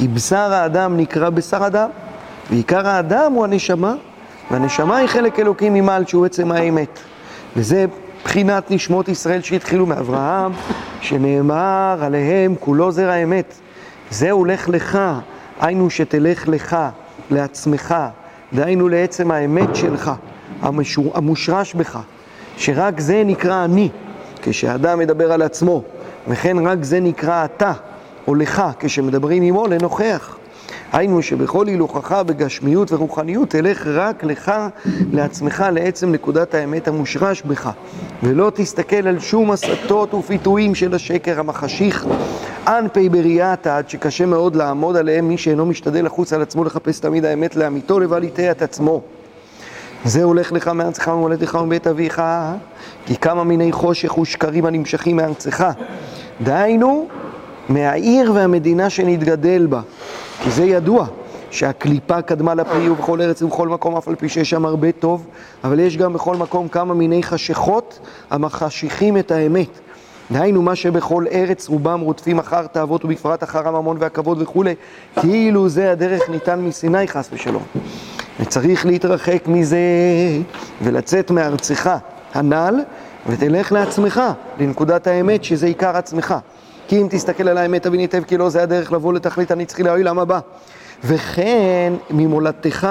כי בשר האדם נקרא בשר אדם, ועיקר האדם הוא הנשמה, והנשמה היא חלק אלוקים ממעל שהוא עצם האמת. וזה בחינת נשמות ישראל שהתחילו מאברהם, שנאמר עליהם כולו זרע האמת. זהו לך לך, היינו שתלך לך, לעצמך, דהיינו לעצם האמת שלך, המושרש בך, שרק זה נקרא אני, כשאדם מדבר על עצמו, וכן רק זה נקרא אתה, או לך, כשמדברים עמו לנוכח. היינו שבכל הילוכך בגשמיות ורוחניות תלך רק לך, לעצמך, לעצם נקודת האמת המושרש בך, ולא תסתכל על שום הסתות ופיתויים של השקר המחשיך, אנפי בריאת עד שקשה מאוד לעמוד עליהם מי שאינו משתדל לחוץ על עצמו לחפש תמיד האמת לאמיתו לבל יטעה את עצמו. זה הולך לך מארצך ומולדתך ומבית אביך, כי כמה מיני חושך ושקרים הנמשכים מארצך, דהיינו מהעיר והמדינה שנתגדל בה, כי זה ידוע שהקליפה קדמה לפרי ובכל ארץ ובכל מקום, אף על פי שיש שם הרבה טוב, אבל יש גם בכל מקום כמה מיני חשכות המחשיכים את האמת. דהיינו מה שבכל ארץ רובם רודפים אחר תאוות ובפרט אחר הממון והכבוד וכו', כאילו זה הדרך ניתן מסיני חס ושלום. וצריך להתרחק מזה ולצאת מארצך הנ"ל, ותלך לעצמך, לנקודת האמת שזה עיקר עצמך. כי אם תסתכל על האמת תבין היטב כי לא זה הדרך לבוא לתכלית הנצחי לעולם הבא. וכן ממולדתך,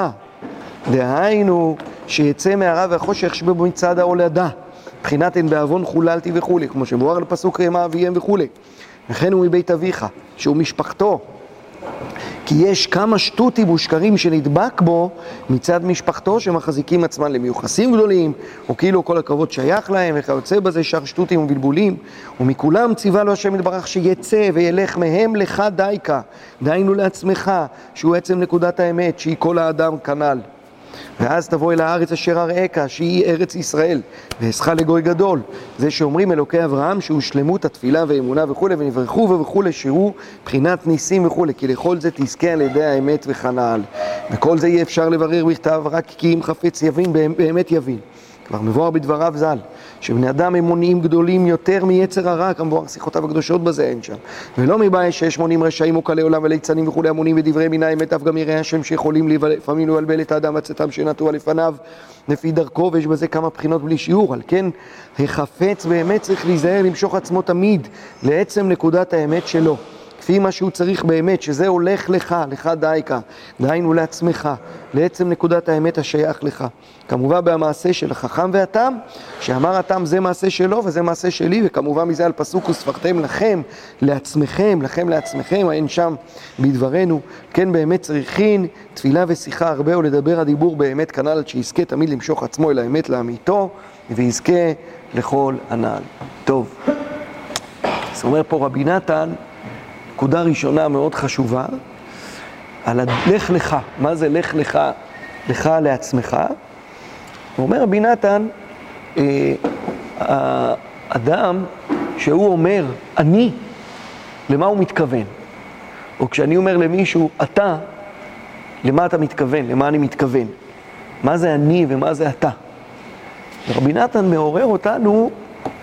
דהיינו שיצא מהרע והחושך שבו מצד ההולדה, מבחינת אין בעוון חוללתי וכו', כמו שמואר לפסוק רמה אביהם וכו'. וכן הוא מבית אביך, שהוא משפחתו, כי יש כמה שטותים ושקרים שנדבק בו מצד משפחתו שמחזיקים עצמם למיוחסים גדולים, או כאילו כל הכבוד שייך להם, וכיוצא בזה שאר שטותים ובלבולים, ומכולם ציווה לו השם יתברך שיצא וילך מהם לך דייקה, דהיינו לעצמך, שהוא עצם נקודת האמת, שהיא כל האדם כנ"ל. ואז תבוא אל הארץ אשר אראך, שהיא ארץ ישראל, ואעשך לגוי גדול. זה שאומרים אלוקי אברהם שהוא שלמות התפילה ואמונה וכו', ונברכו וכו', שהוא בחינת ניסים וכו', כי לכל זה תזכה על ידי האמת וכנ"ל. וכל זה יהיה אפשר לברר בכתב רק כי אם חפץ יבין, באמת יבין. כבר מבואר בדבריו ז"ל, שבני אדם הם מונעים גדולים יותר מיצר הרע, כמובן שיחותיו הקדושות בזה אין שם. ולא מבעיה שיש מונים רשעים או קלי עולם וליצנים וכולי המונים בדברי מן האמת, אף גם יראי השם שיכולים לפעמים לבלבל את האדם הצאתם שנטוע לפניו לפי דרכו, ויש בזה כמה בחינות בלי שיעור. על כן החפץ באמת צריך להיזהר למשוך עצמו תמיד לעצם נקודת האמת שלו, כפי מה שהוא צריך באמת, שזה הולך לך, לך דייקה, דהיינו לעצמך, לעצם נקודת האמת השייך לך. כמובן במעשה של החכם והתם, שאמר התם זה מעשה שלו וזה מעשה שלי, וכמובן מזה על פסוק וספרתם לכם, לעצמכם, לכם לעצמכם, אין שם בדברנו. כן באמת צריכים תפילה ושיחה הרבה ולדבר הדיבור באמת כנ"ל, עד שיזכה תמיד למשוך עצמו אל האמת לאמיתו, ויזכה לכל הנ"ל. טוב, זאת אומרת פה רבי נתן, נקודה ראשונה מאוד חשובה, על הלך לך. מה זה לך לך? לך לעצמך. הוא אומר רבי נתן, האדם שהוא אומר אני, למה הוא מתכוון? או כשאני אומר למישהו אתה, למה אתה מתכוון? למה אני מתכוון? מה זה אני ומה זה אתה? רבי נתן מעורר אותנו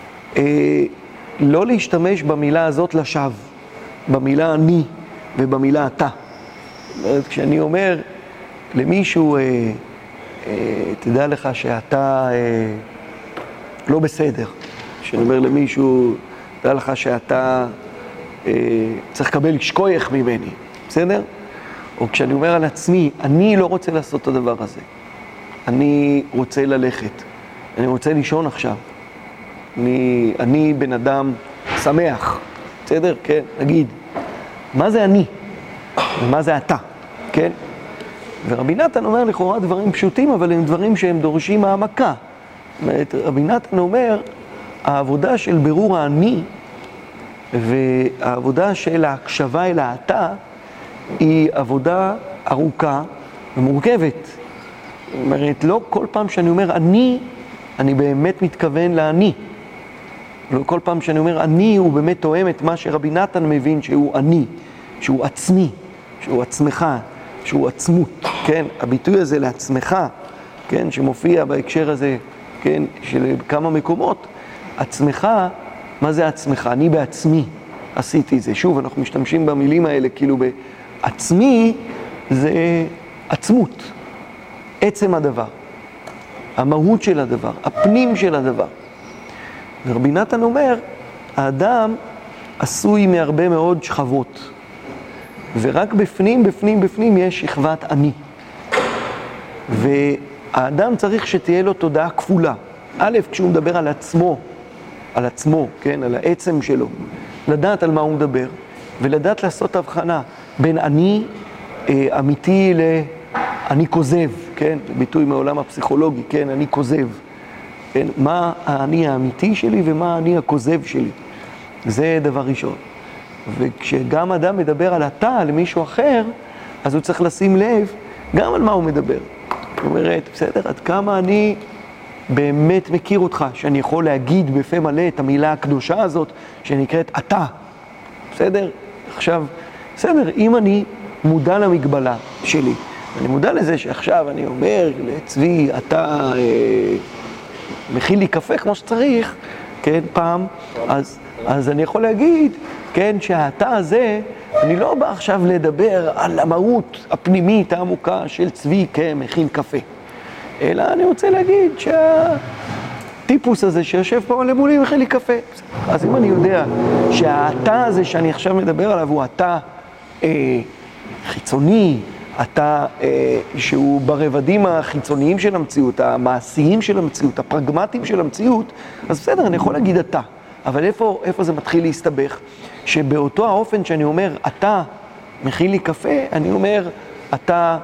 לא להשתמש במילה הזאת לשווא, במילה אני ובמילה אתה. זאת אומרת, כשאני אומר למישהו, תדע לך שאתה לא בסדר. כשאני אומר למישהו, תדע לך שאתה צריך לקבל שכוייך ממני, בסדר? או כשאני אומר על עצמי, אני לא רוצה לעשות את הדבר הזה. אני רוצה ללכת. אני רוצה לישון עכשיו. אני בן אדם שמח. בסדר? כן, נגיד. מה זה אני? ומה זה אתה? כן? ורבי נתן אומר לכאורה דברים פשוטים, אבל הם דברים שהם דורשים העמקה. זאת אומרת, רבי נתן אומר, העבודה של בירור האני, והעבודה של ההקשבה אל האתה, היא עבודה ארוכה ומורכבת. זאת אומרת, לא כל פעם שאני אומר אני באמת מתכוון לאני. לא כל פעם שאני אומר אני, הוא באמת תואם את מה שרבי נתן מבין שהוא אני, שהוא עצמי, שהוא עצמך, שהוא עצמות, כן? הביטוי הזה לעצמך, כן? שמופיע בהקשר הזה, כן? של כמה מקומות, עצמך, מה זה עצמך? אני בעצמי עשיתי זה. שוב, אנחנו משתמשים במילים האלה כאילו עצמי זה עצמות, עצם הדבר, המהות של הדבר, הפנים של הדבר. ורבי נתן אומר, האדם עשוי מהרבה מאוד שכבות, ורק בפנים יש שכבת אני. והאדם צריך שתהיה לו תודעה כפולה. א', כשהוא מדבר על עצמו, כן, על העצם שלו, לדעת על מה הוא מדבר, ולדעת לעשות הבחנה בין אני אמיתי לאני כוזב, כן, ביטוי מעולם הפסיכולוגי, כן, אני כוזב, כן, מה האני האמיתי שלי ומה האני הכוזב שלי. זה דבר ראשון. וכשגם אדם מדבר על אתה, על מישהו אחר, אז הוא צריך לשים לב גם על מה הוא מדבר. זאת אומרת, בסדר, עד כמה אני באמת מכיר אותך, שאני יכול להגיד בפה מלא את המילה הקדושה הזאת, שנקראת אתה. בסדר? עכשיו, בסדר, אם אני מודע למגבלה שלי, אני מודע לזה שעכשיו אני אומר לצבי, אתה מכין לי קפה כמו שצריך, כן, פעם, אז אני יכול להגיד, כן, שהאתה הזה, אני לא בא עכשיו לדבר על המהות הפנימית העמוקה של צבי כמכין קפה, אלא אני רוצה להגיד שהטיפוס הזה שיושב פה למולי מכין לי קפה. אז אם אני יודע שהאתה הזה שאני עכשיו מדבר עליו הוא אתה חיצוני, אתה שהוא ברבדים החיצוניים של המציאות, המעשיים של המציאות, הפרגמטיים של המציאות, אז בסדר, אני יכול להגיד אתה. אבל איפה זה מתחיל להסתבך? שבאותו האופן שאני אומר, אתה מכין לי קפה, אני אומר, אתה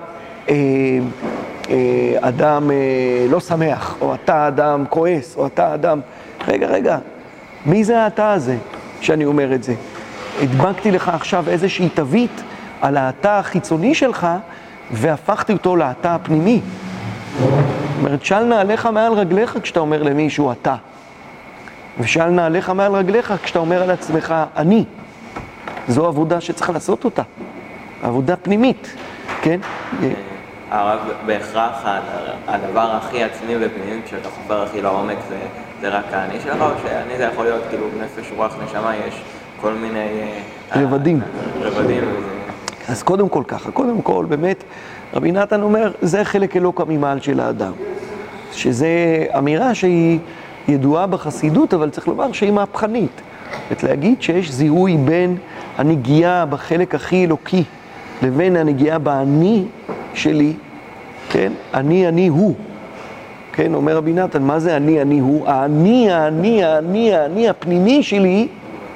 אדם לא שמח, או אתה אדם כועס, או אתה אדם... רגע, מי זה האתה הזה שאני אומר את זה? הדבקתי לך עכשיו איזושהי תווית על האתה החיצוני שלך, והפכתי אותו לאתה הפנימי. זאת אומרת, של נעליך מעל רגליך כשאתה אומר למישהו אתה. ושל נעליך מעל רגליך כשאתה אומר על עצמך אני. זו עבודה שצריך לעשות אותה. עבודה פנימית, כן? הרב, בהכרח הדבר הכי עצמי ופנימי כשאתה חופר הכי לעומק זה רק האני שלך, או שאני זה יכול להיות כאילו נפש, רוח, נשמה, יש כל מיני... רבדים. רבדים. אז קודם כל ככה, קודם כל באמת רבי נתן אומר, זה חלק אלוקא ממעל של האדם. שזה אמירה שהיא ידועה בחסידות, אבל צריך לומר שהיא מהפכנית. זאת להגיד שיש זיהוי בין הנגיעה בחלק הכי אלוקי, לבין הנגיעה באני שלי, כן? אני הוא. כן, אומר רבי נתן, מה זה אני הוא? האני הפנימי שלי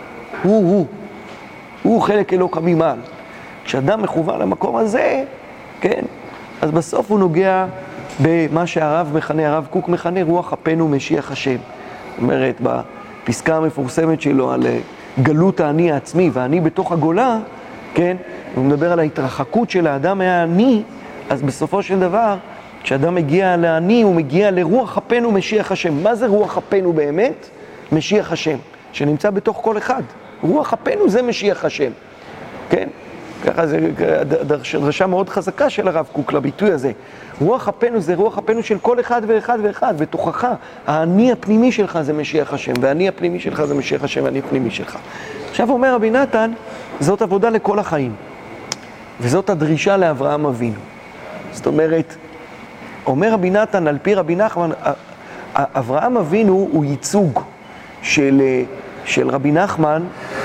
הוא חלק אלוקא ממעל. כשאדם מכוון למקום הזה, כן, אז בסוף הוא נוגע במה שהרב מכנה, הרב קוק מכנה, רוח אפנו משיח השם. זאת אומרת, בפסקה המפורסמת שלו על גלות האני העצמי, והאני בתוך הגולה, כן, הוא מדבר על ההתרחקות של האדם מהאני, אז בסופו של דבר, כשאדם מגיע לאני, הוא מגיע לרוח אפנו משיח השם. מה זה רוח אפנו באמת? משיח השם, שנמצא בתוך כל אחד. רוח אפנו זה משיח השם, כן? ככה זה דרשה מאוד חזקה של הרב קוק לביטוי הזה. רוח אפנו זה רוח אפנו של כל אחד ואחד ואחד, ותוכחה, האני הפנימי שלך זה משיח השם, והאני הפנימי שלך זה משיח השם, והאני הפנימי שלך. עכשיו אומר רבי נתן, זאת עבודה לכל החיים, וזאת הדרישה לאברהם אבינו. זאת אומרת, אומר רבי נתן, על פי רבי נחמן, אברהם אבינו הוא ייצוג של רבי נחמן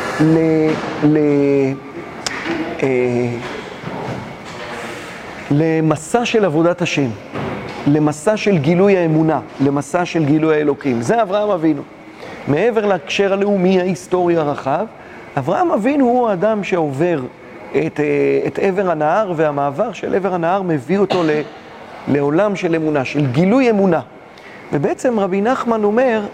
למסע של עבודת השם, למסע של גילוי האמונה, למסע של גילוי האלוקים. זה אברהם אבינו. מעבר להקשר הלאומי ההיסטורי הרחב, אברהם אבינו הוא האדם שעובר את עבר הנהר, והמעבר של עבר הנהר מביא אותו לעולם של אמונה, של גילוי אמונה. ובעצם רבי נחמן אומר,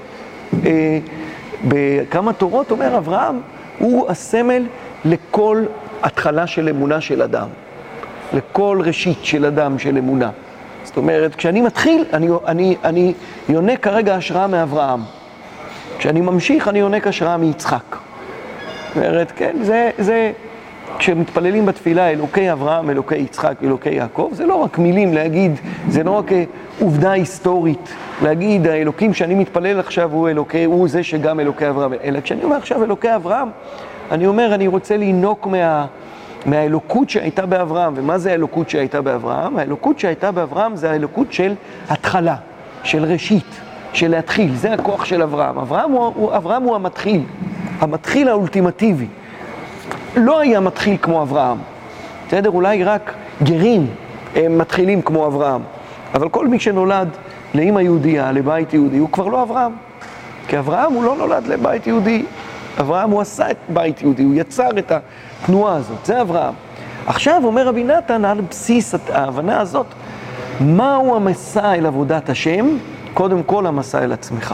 בכמה תורות אומר אברהם, הוא הסמל לכל התחלה של אמונה של אדם, לכל ראשית של אדם של אמונה. זאת אומרת, כשאני מתחיל, אני יונק כרגע השראה מאברהם. כשאני ממשיך, אני יונק השראה מיצחק. זאת אומרת, כן, זה כשמתפללים בתפילה אלוקי אברהם, אלוקי יצחק, אלוקי יעקב, זה לא רק מילים להגיד, זה לא רק עובדה היסטורית, להגיד האלוקים שאני מתפלל עכשיו הוא אלוקי, הוא זה שגם אלוקי אברהם, אלא כשאני אומר עכשיו אלוקי אברהם, אני אומר, אני רוצה לינוק מהאלוקות שהייתה באברהם. ומה זה האלוקות שהייתה באברהם? האלוקות שהייתה באברהם זה האלוקות של התחלה, של ראשית, של להתחיל. זה הכוח של אברהם. אברהם הוא המתחיל, המתחיל האולטימטיבי. לא היה מתחיל כמו אברהם. בסדר? אולי רק גרים הם מתחילים כמו אברהם. אבל כל מי שנולד לאמא יהודייה, לבית יהודי, הוא כבר לא אברהם. כי אברהם הוא לא נולד לבית יהודי. אברהם הוא עשה את בית יהודי, הוא יצר את התנועה הזאת, זה אברהם. עכשיו אומר רבי נתן על בסיס ההבנה הזאת, מהו המסע אל עבודת השם? קודם כל המסע אל עצמך.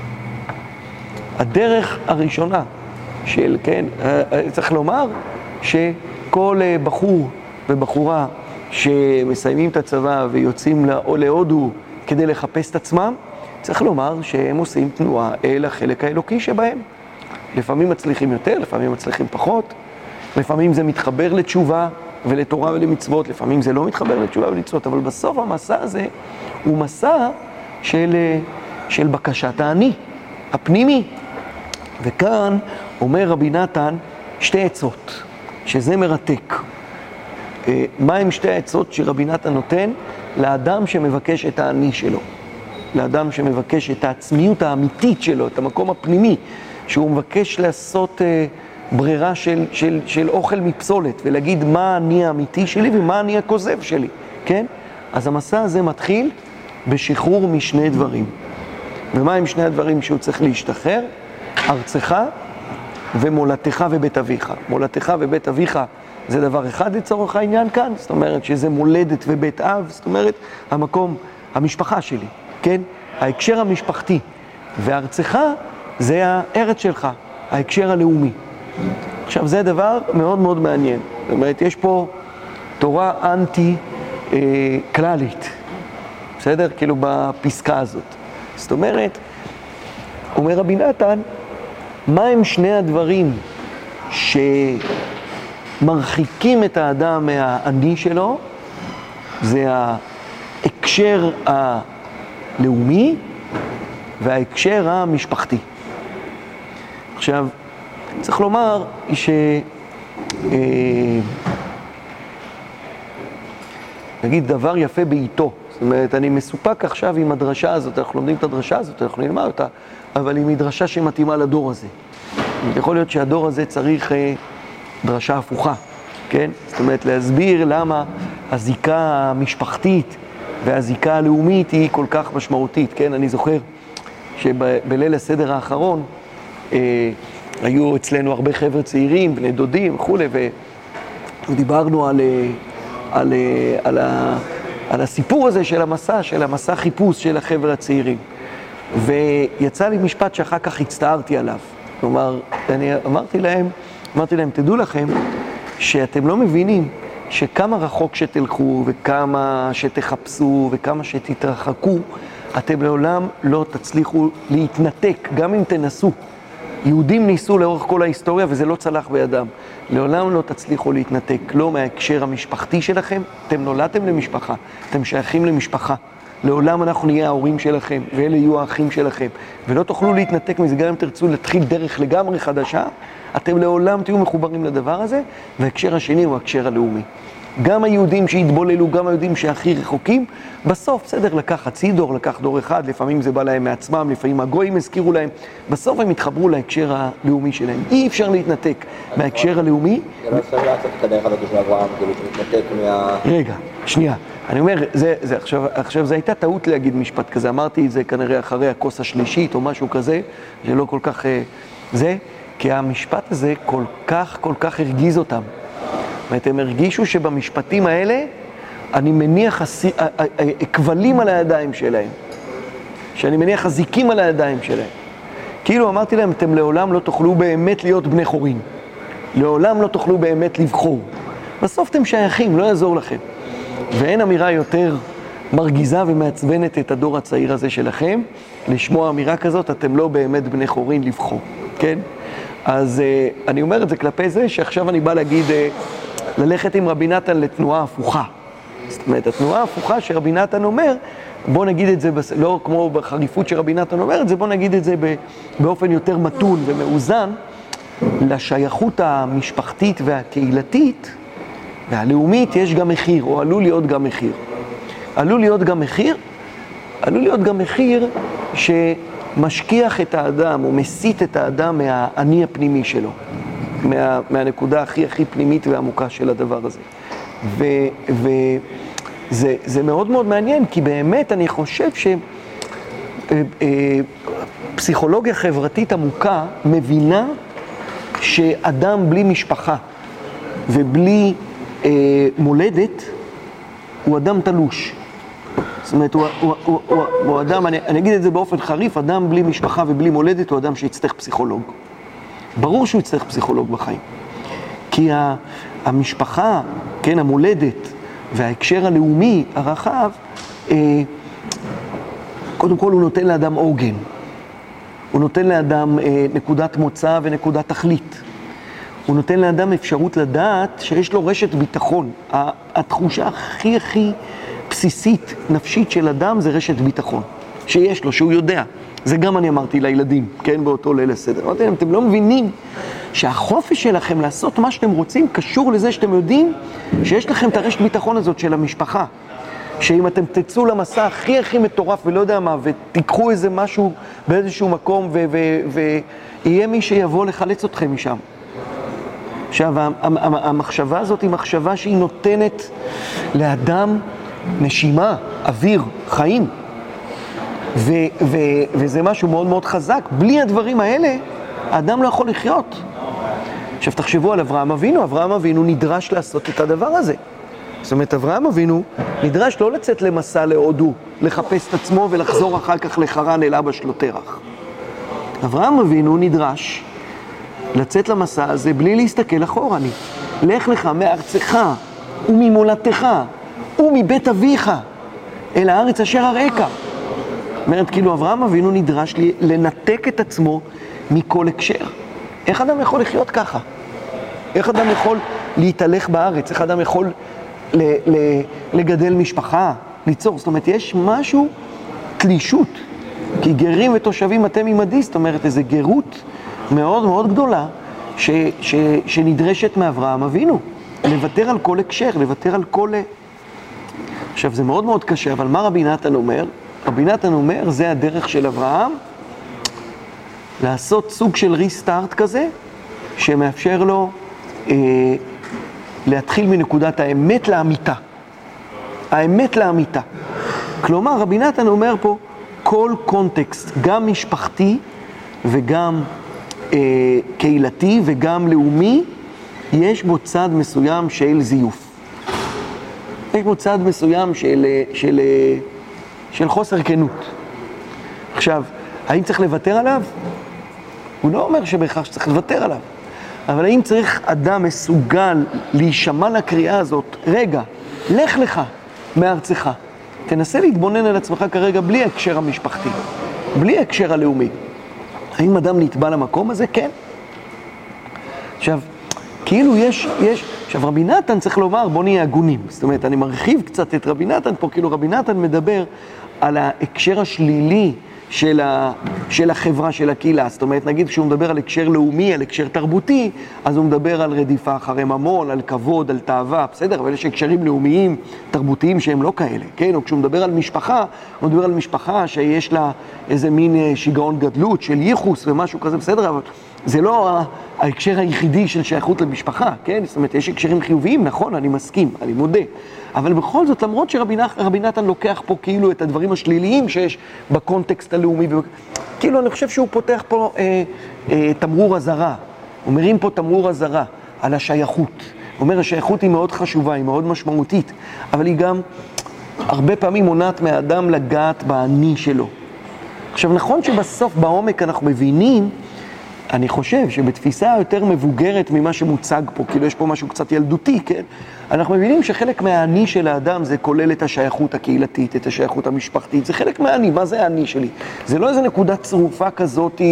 הדרך הראשונה של, כן, צריך לומר שכל בחור ובחורה שמסיימים את הצבא ויוצאים להודו כדי לחפש את עצמם, צריך לומר שהם עושים תנועה אל החלק האלוקי שבהם. לפעמים מצליחים יותר, לפעמים מצליחים פחות, לפעמים זה מתחבר לתשובה ולתורה ולמצוות, לפעמים זה לא מתחבר לתשובה ולמצוות, אבל בסוף המסע הזה הוא מסע של בקשת האני, הפנימי. וכאן אומר רבי נתן שתי עצות, שזה מרתק. מה הם שתי העצות שרבי נתן נותן לאדם שמבקש את האני שלו? לאדם שמבקש את העצמיות האמיתית שלו, את המקום הפנימי, שהוא מבקש לעשות ברירה של אוכל מפסולת, ולהגיד מה אני האמיתי שלי ומה אני הכוזב שלי, כן? אז המסע הזה מתחיל בשחרור משני דברים. ומה הם שני הדברים שהוא צריך להשתחרר? ארצך ומולדתך ובית אביך. מולדתך ובית אביך זה דבר אחד לצורך העניין כאן, זאת אומרת שזה מולדת ובית אב, זאת אומרת המקום, המשפחה שלי, כן? ההקשר המשפחתי. וארצך זה הארץ שלך, ההקשר הלאומי. עכשיו זה דבר מאוד מאוד מעניין. זאת אומרת, יש פה תורה אנטי-כללית. בסדר? כאילו בפסקה הזאת. זאת אומרת, אומר רבי נתן, מה הם שני הדברים שמרחיקים את האדם מהאני שלו? זה ההקשר הלאומי וההקשר המשפחתי. עכשיו, צריך לומר נגיד דבר יפה בעיתו. זאת אומרת, אני מסופק עכשיו עם הדרשה הזאת, אנחנו לומדים את הדרשה הזאת, אנחנו נלמד אותה, אבל היא מדרשה שמתאימה לדור הזה. יכול להיות שהדור הזה צריך דרשה הפוכה, כן? זאת אומרת, להסביר למה הזיקה המשפחתית והזיקה הלאומית היא כל כך משמעותית, כן? אני זוכר שבליל הסדר האחרון היו אצלנו הרבה חבר'ה צעירים, בני דודים וכו', ודיברנו על הסיפור הזה של המסע חיפוש של החבר'ה הצעירים. ויצא לי משפט שאחר כך הצטערתי עליו. כלומר, אני אמרתי להם, תדעו לכם שאתם לא מבינים שכמה רחוק שתלכו וכמה שתחפשו וכמה שתתרחקו, אתם לעולם לא תצליחו להתנתק, גם אם תנסו. יהודים ניסו לאורך כל ההיסטוריה וזה לא צלח בידם. לעולם לא תצליחו להתנתק, לא מההקשר המשפחתי שלכם, אתם נולדתם למשפחה, אתם שייכים למשפחה. לעולם אנחנו נהיה ההורים שלכם, ואלה יהיו האחים שלכם. ולא תוכלו להתנתק מזה, גם אם תרצו להתחיל דרך לגמרי חדשה, אתם לעולם תהיו מחוברים לדבר הזה, וההקשר השני הוא ההקשר הלאומי. גם היהודים שהתבוללו, גם היהודים שהכי רחוקים, בסוף, בסדר, לקח חצי דור, לקח דור אחד, לפעמים זה בא להם מעצמם, לפעמים הגויים הזכירו להם, בסוף הם התחברו להקשר הלאומי שלהם. אי אפשר להתנתק מההקשר הלאומי. זה לא אפשר לעשות את הדרך הזאת של אברהם, כאילו להתנתק רגע, שנייה. אני אומר, עכשיו זה הייתה טעות להגיד משפט כזה, אמרתי את זה כנראה אחרי הכוס השלישית או משהו כזה, שלא כל כך זה, כי המשפט הזה כל כך הרגיז אותם. הם הרגישו שבמשפטים האלה אני מניח כבלים על הידיים שלהם, שאני מניח הזיקים על הידיים שלהם. כאילו אמרתי להם, אתם לעולם לא תוכלו באמת להיות בני חורין, לעולם לא תוכלו באמת לבחור. בסוף אתם שייכים, לא יעזור לכם. ואין אמירה יותר מרגיזה ומעצבנת את הדור הצעיר הזה שלכם, לשמוע אמירה כזאת, אתם לא באמת בני חורין לבחור, כן? אז אני אומר את זה כלפי זה, שעכשיו אני בא להגיד, ללכת עם רבי נתן לתנועה הפוכה. זאת אומרת, התנועה ההפוכה שרבי נתן אומר, בוא נגיד את זה, לא כמו בחריפות שרבי נתן אומר את זה, בוא נגיד את זה באופן יותר מתון ומאוזן, לשייכות המשפחתית והקהילתית, והלאומית יש גם מחיר, או עלול להיות גם מחיר. עלול להיות גם מחיר שמשכיח את האדם, או מסית את האדם מהאני הפנימי שלו, מהנקודה הכי פנימית ועמוקה של הדבר הזה. וזה מאוד מאוד מעניין, כי באמת אני חושב שפסיכולוגיה חברתית עמוקה מבינה שאדם בלי משפחה ובלי מולדת הוא אדם תלוש. זאת אומרת, הוא אדם, אני אגיד את זה באופן חריף, אדם בלי משפחה ובלי מולדת הוא אדם שיצטרך פסיכולוג. ברור שהוא יצטרך פסיכולוג בחיים. כי המשפחה, כן, המולדת וההקשר הלאומי הרחב, קודם כל הוא נותן לאדם עוגן. הוא נותן לאדם נקודת מוצא ונקודת תכלית. הוא נותן לאדם אפשרות לדעת שיש לו רשת ביטחון. התחושה הכי בסיסית, נפשית של אדם זה רשת ביטחון. שיש לו, שהוא יודע. זה גם אני אמרתי לילדים, כן, באותו ליל הסדר. אמרתי להם, אתם לא מבינים שהחופש שלכם לעשות מה שאתם רוצים קשור לזה שאתם יודעים שיש לכם את הרשת ביטחון הזאת של המשפחה. שאם אתם תצאו למסע הכי מטורף ולא יודע מה, ותיקחו איזה משהו באיזשהו מקום ויהיה מי שיבוא לחלץ אתכם משם. עכשיו, המחשבה הזאת היא מחשבה שהיא נותנת לאדם נשימה, אוויר, חיים. וזה משהו מאוד מאוד חזק. בלי הדברים האלה, האדם לא יכול לחיות. עכשיו, תחשבו על אברהם אבינו נדרש לעשות את הדבר הזה. זאת אומרת, אברהם אבינו נדרש לא לצאת למסע להודו, לחפש את עצמו ולחזור אחר כך לחרן אל אבא שלו תרח. אברהם אבינו נדרש לצאת למסע הזה בלי להסתכל אחורנית. לך לך מארצך וממולדתך ומבית אביך אל הארץ אשר אראך. אומרת, כאילו אברהם אבינו נדרש לנתק את עצמו מכל הקשר. איך אדם יכול לחיות ככה? איך אדם יכול להתהלך בארץ? איך אדם יכול לגדל משפחה, ליצור? זאת אומרת, יש משהו, תלישות. כי גרים ותושבים אתם עמדי, זאת אומרת, איזו גרות מאוד מאוד גדולה שנדרשת מאברהם אבינו. לוותר על כל הקשר, לוותר על כל... עכשיו, זה מאוד מאוד קשה, אבל מה רבי נתן אומר? רבי נתן אומר, זה הדרך של אברהם, לעשות סוג של ריסטארט כזה, שמאפשר לו להתחיל מנקודת האמת לאמיתה. האמת לאמיתה. כלומר, רבי נתן אומר פה, כל קונטקסט, גם משפחתי וגם קהילתי וגם לאומי, יש בו צד מסוים של זיוף. יש בו צד מסוים של חוסר כנות. עכשיו, האם צריך לוותר עליו? הוא לא אומר שבהכרח שצריך לוותר עליו. אבל האם צריך אדם מסוגל להישמע לקריאה הזאת, רגע, לך לך מארצך. תנסה להתבונן על עצמך כרגע בלי הקשר המשפחתי, בלי הקשר הלאומי. האם אדם נתבע למקום הזה? כן. עכשיו, כאילו עכשיו רבי נתן צריך לומר, בוא נהיה הגונים. זאת אומרת, אני מרחיב קצת את רבי נתן פה, כאילו רבי נתן מדבר על ההקשר השלילי של החברה, של הקהילה. זאת אומרת, נגיד כשהוא מדבר על הקשר לאומי, על הקשר תרבותי, אז הוא מדבר על רדיפה אחרי ממון, על כבוד, על תאווה, בסדר? אבל יש הקשרים לאומיים, תרבותיים שהם לא כאלה, כן? או כשהוא מדבר על משפחה, הוא מדבר על משפחה שיש לה איזה מין שיגעון גדלות של ייחוס ומשהו כזה, בסדר? אבל זה לא ההקשר היחידי של שייכות למשפחה, כן? זאת אומרת, יש הקשרים חיוביים, נכון, אני מסכים, אני מודה. אבל בכל זאת, למרות שרבי נתן לוקח פה כאילו את הדברים השליליים שיש בקונטקסט הלאומי, כאילו אני חושב שהוא פותח פה תמרור הזרה, הוא מרים פה תמרור הזרה על השייכות. הוא אומר, השייכות היא מאוד חשובה, היא מאוד משמעותית, אבל היא גם הרבה פעמים מונעת מהאדם לגעת באני שלו. עכשיו, נכון שבסוף בעומק אנחנו מבינים, אני חושב שבתפיסה יותר מבוגרת ממה שמוצג פה, כאילו יש פה משהו קצת ילדותי, כן? אנחנו מבינים שחלק מהאני של האדם זה כולל את השייכות הקהילתית, את השייכות המשפחתית, זה חלק מהאני, מה זה האני שלי? זה לא איזו נקודה צרופה כזאת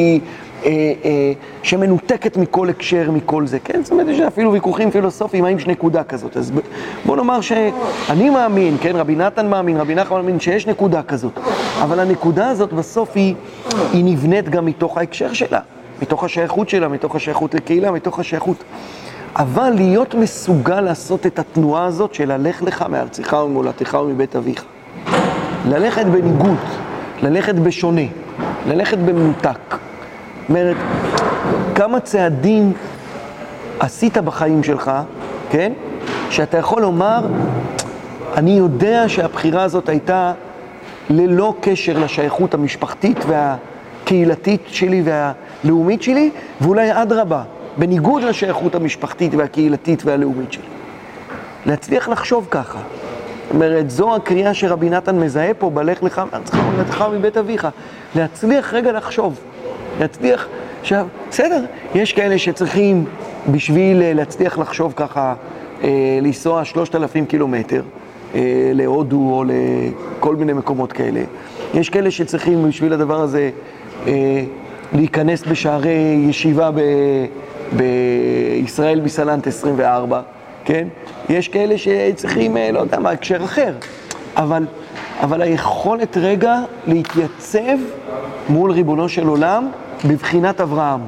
שמנותקת מכל הקשר, מכל זה, כן? זאת אומרת, יש אפילו ויכוחים פילוסופיים, האם יש נקודה כזאת. אז בוא נאמר שאני מאמין, כן? רבי נתן מאמין, רבי נחמן מאמין שיש נקודה כזאת, אבל הנקודה הזאת בסוף היא נבנית גם מתוך ההקשר שלה. מתוך השייכות שלה, מתוך השייכות לקהילה, מתוך השייכות. אבל להיות מסוגל לעשות את התנועה הזאת של ללך לך מארצך וממולדתך ומבית אביך. ללכת בניגוד, ללכת בשונה, ללכת במנותק. זאת אומרת, כמה צעדים עשית בחיים שלך, כן? שאתה יכול לומר, אני יודע שהבחירה הזאת הייתה ללא קשר לשייכות המשפחתית והקהילתית שלי והלאומית שלי, ואולי אדרבה, בניגוד לשייכות המשפחתית והקהילתית והלאומית שלי. להצליח לחשוב ככה. זאת אומרת, זו הקריאה שרבי נתן מזהה פה, בלך לך מארצך וממולדתך מבית אביך. להצליח רגע לחשוב. להצליח, עכשיו, בסדר, יש כאלה שצריכים בשביל להצליח לחשוב ככה, לנסוע 3,000 קילומטר להודו או לכל מיני מקומות כאלה. יש כאלה שצריכים בשביל הדבר הזה להיכנס בשערי ישיבה בישראל בסלנט 24, כן? יש כאלה שצריכים, לא יודע מה, הקשר אחר. אבל היכולת רגע להתייצב מול ריבונו של עולם בבחינת אברהם.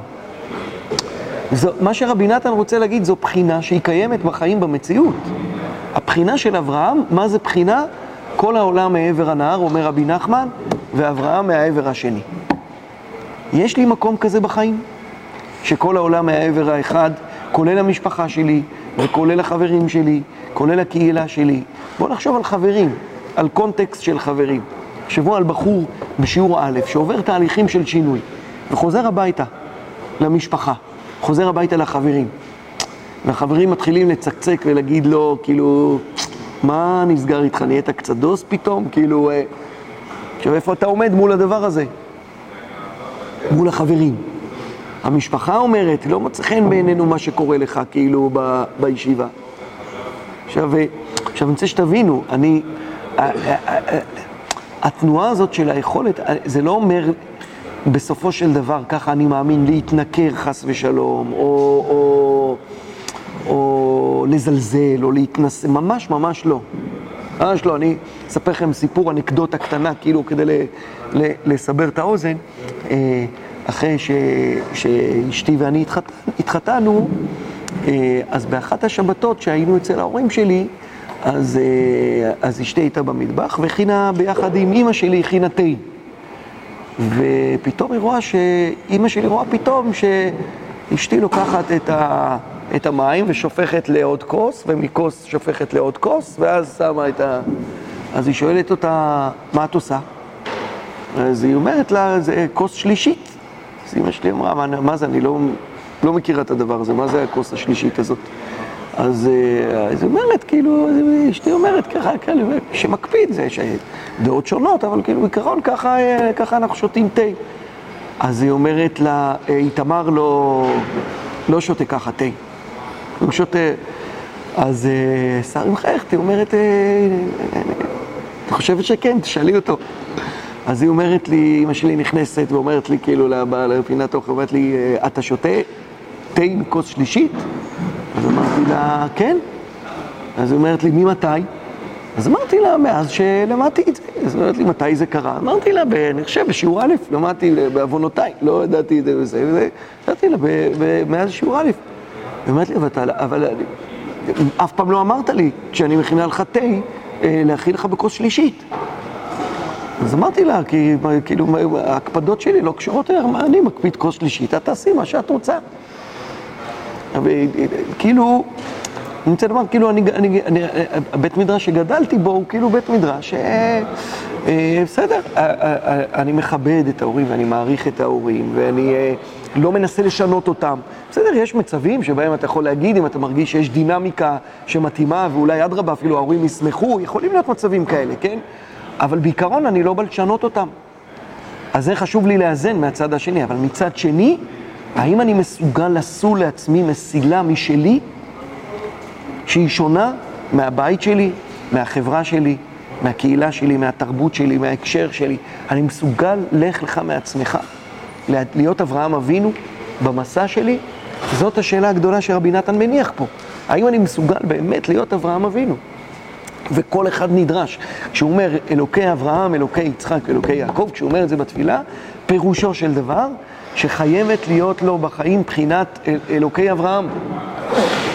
מה שרבי נתן רוצה להגיד זו בחינה שהיא קיימת בחיים במציאות. הבחינה של אברהם, מה זה בחינה? כל העולם מעבר הנהר, אומר רבי נחמן, ואברהם מהעבר השני. יש לי מקום כזה בחיים? שכל העולם מהעבר האחד, כולל המשפחה שלי, וכולל החברים שלי, כולל הקהילה שלי. בואו נחשוב על חברים, על קונטקסט של חברים. תחשבו על בחור בשיעור א' שעובר תהליכים של שינוי, וחוזר הביתה למשפחה, חוזר הביתה לחברים. והחברים מתחילים לצקצק ולהגיד לו, כאילו, מה נסגר איתך? נהיית קצת דוס פתאום? כאילו, עכשיו איפה אתה עומד מול הדבר הזה? מול החברים. המשפחה אומרת, לא מוצא חן בעינינו מה שקורה לך, כאילו, בישיבה. עכשיו אני רוצה שתבינו, התנועה הזאת של היכולת, זה לא אומר בסופו של דבר, ככה אני מאמין, להתנכר חס ושלום, או לזלזל, או להתנסה, ממש ממש לא. ממש לא, אני אספר לכם סיפור, אנקדוטה קטנה, כאילו כדי לסבר את האוזן. אחרי שאשתי ואני התחתנו, אז באחת השבתות שהיינו אצל ההורים שלי, אז אשתי הייתה במטבח, והכינה ביחד עם אמא שלי, הכינה תה. ופתאום היא רואה אמא שלי רואה פתאום שאשתי לוקחת את המים ושופכת לעוד כוס, ומכוס שופכת לעוד כוס, ואז שמה אז היא שואלת אותה, מה את עושה? אז היא אומרת לה, זה כוס שלישית. אז אמא שלי אמרה, מה זה? אני לא מכירה את הדבר הזה, מה זה הכוס השלישית הזאת? אז היא אומרת, כאילו, אשתי אומרת ככה, שמקפיד, זה דעות שונות, אבל כאילו בעיקרון ככה אנחנו שותים תה. אז היא אומרת לה, איתמר לא שותה ככה תה. הוא שותה, אז שר עם חייכת, היא אומרת, את חושבת שכן, תשאלי אותו. אז היא אומרת לי, אמא שלי נכנסת ואומרת לי, כאילו, לפינת אוכל, אומרת לי, אתה שותה תה עם כוס שלישית? אז אמרתי לה, כן. אז היא אומרת לי, ממתי? אז אמרתי לה, מאז שלמדתי את זה. אז היא אומרת לי, מתי זה קרה? אמרתי לה, אני חושב, בשיעור א', למדתי בעוונותיי, לא ידעתי את זה וזה. אמרתי לה, מאז שיעור א'. היא אומרת לי, אבל אף פעם לא אמרת לי, כשאני מכינה לך תה, להכין לך בכוס שלישית. אז אמרתי לה, כאילו, ההקפדות שלי לא קשורות, אני מקפיד כוס שלישית, את תעשי מה שאת רוצה. כאילו, אני רוצה לומר, כאילו, הבית מדרש שגדלתי בו הוא כאילו בית מדרש, בסדר, אני מכבד את ההורים ואני מעריך את ההורים ואני לא מנסה לשנות אותם. בסדר, יש מצבים שבהם אתה יכול להגיד, אם אתה מרגיש שיש דינמיקה שמתאימה ואולי אדרבה אפילו ההורים ישמחו, יכולים להיות מצבים כאלה, כן? אבל בעיקרון אני לא בא לשנות אותם. אז זה חשוב לי לאזן מהצד השני, אבל מצד שני, האם אני מסוגל לעשות לעצמי מסילה משלי, שהיא שונה מהבית שלי, מהחברה שלי, מהקהילה שלי, מהתרבות שלי, מההקשר שלי? אני מסוגל לך לך מעצמך, להיות אברהם אבינו במסע שלי? זאת השאלה הגדולה שרבי נתן מניח פה. האם אני מסוגל באמת להיות אברהם אבינו? וכל אחד נדרש. כשהוא אומר אלוקי אברהם, אלוקי יצחק, אלוקי יעקב, כשהוא אומר את זה בתפילה, פירושו של דבר שחייבת להיות לו בחיים בחינת אלוקי אברהם,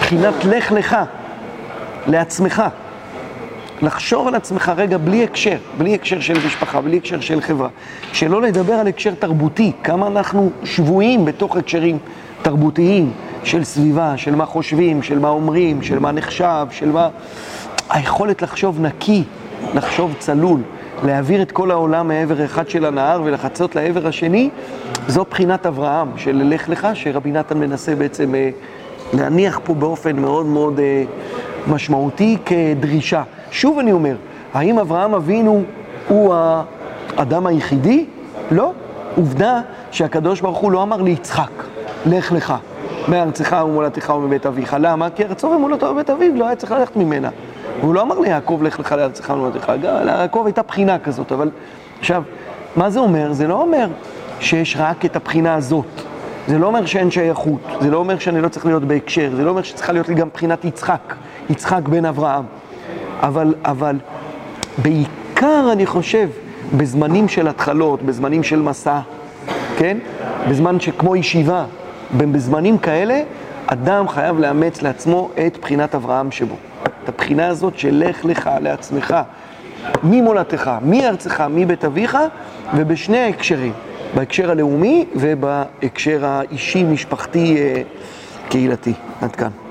בחינת לך לך, לעצמך. לחשוב על עצמך רגע בלי הקשר, בלי הקשר של משפחה, בלי הקשר של חברה. שלא לדבר על הקשר תרבותי, כמה אנחנו שבויים בתוך הקשרים תרבותיים של סביבה, של מה חושבים, של מה אומרים, של מה נחשב, של מה... היכולת לחשוב נקי, לחשוב צלול, להעביר את כל העולם מעבר אחד של הנהר ולחצות לעבר השני, זו בחינת אברהם של לך לך, שרבי נתן מנסה בעצם להניח פה באופן מאוד מאוד משמעותי כדרישה. שוב אני אומר, האם אברהם אבינו הוא האדם היחידי? לא. עובדה שהקדוש ברוך הוא לא אמר ליצחק, לך לך, מארצך ומולדתך ומבית אביך. למה? כי ארצו ומולדתו ובית אביו לא היה צריך ללכת ממנה. הוא לא אמר ליעקב, לך לך לארצך ומולדתך. ליעקב הייתה בחינה כזאת, אבל עכשיו, מה זה אומר? זה לא אומר שיש רק את הבחינה הזאת. זה לא אומר שאין שייכות. זה לא אומר שאני לא צריך להיות בהקשר. זה לא אומר שצריכה להיות לי גם בחינת יצחק. יצחק בן אברהם. אבל בעיקר אני חושב, בזמנים של התחלות, בזמנים של מסע, כן? בזמן שכמו ישיבה, בזמנים כאלה, אדם חייב לאמץ לעצמו את בחינת אברהם שבו. את הבחינה הזאת של לך לך לעצמך, ממולדתך, מארצך, מבית אביך, ובשני ההקשרים, בהקשר הלאומי ובהקשר האישי, משפחתי, קהילתי. עד כאן.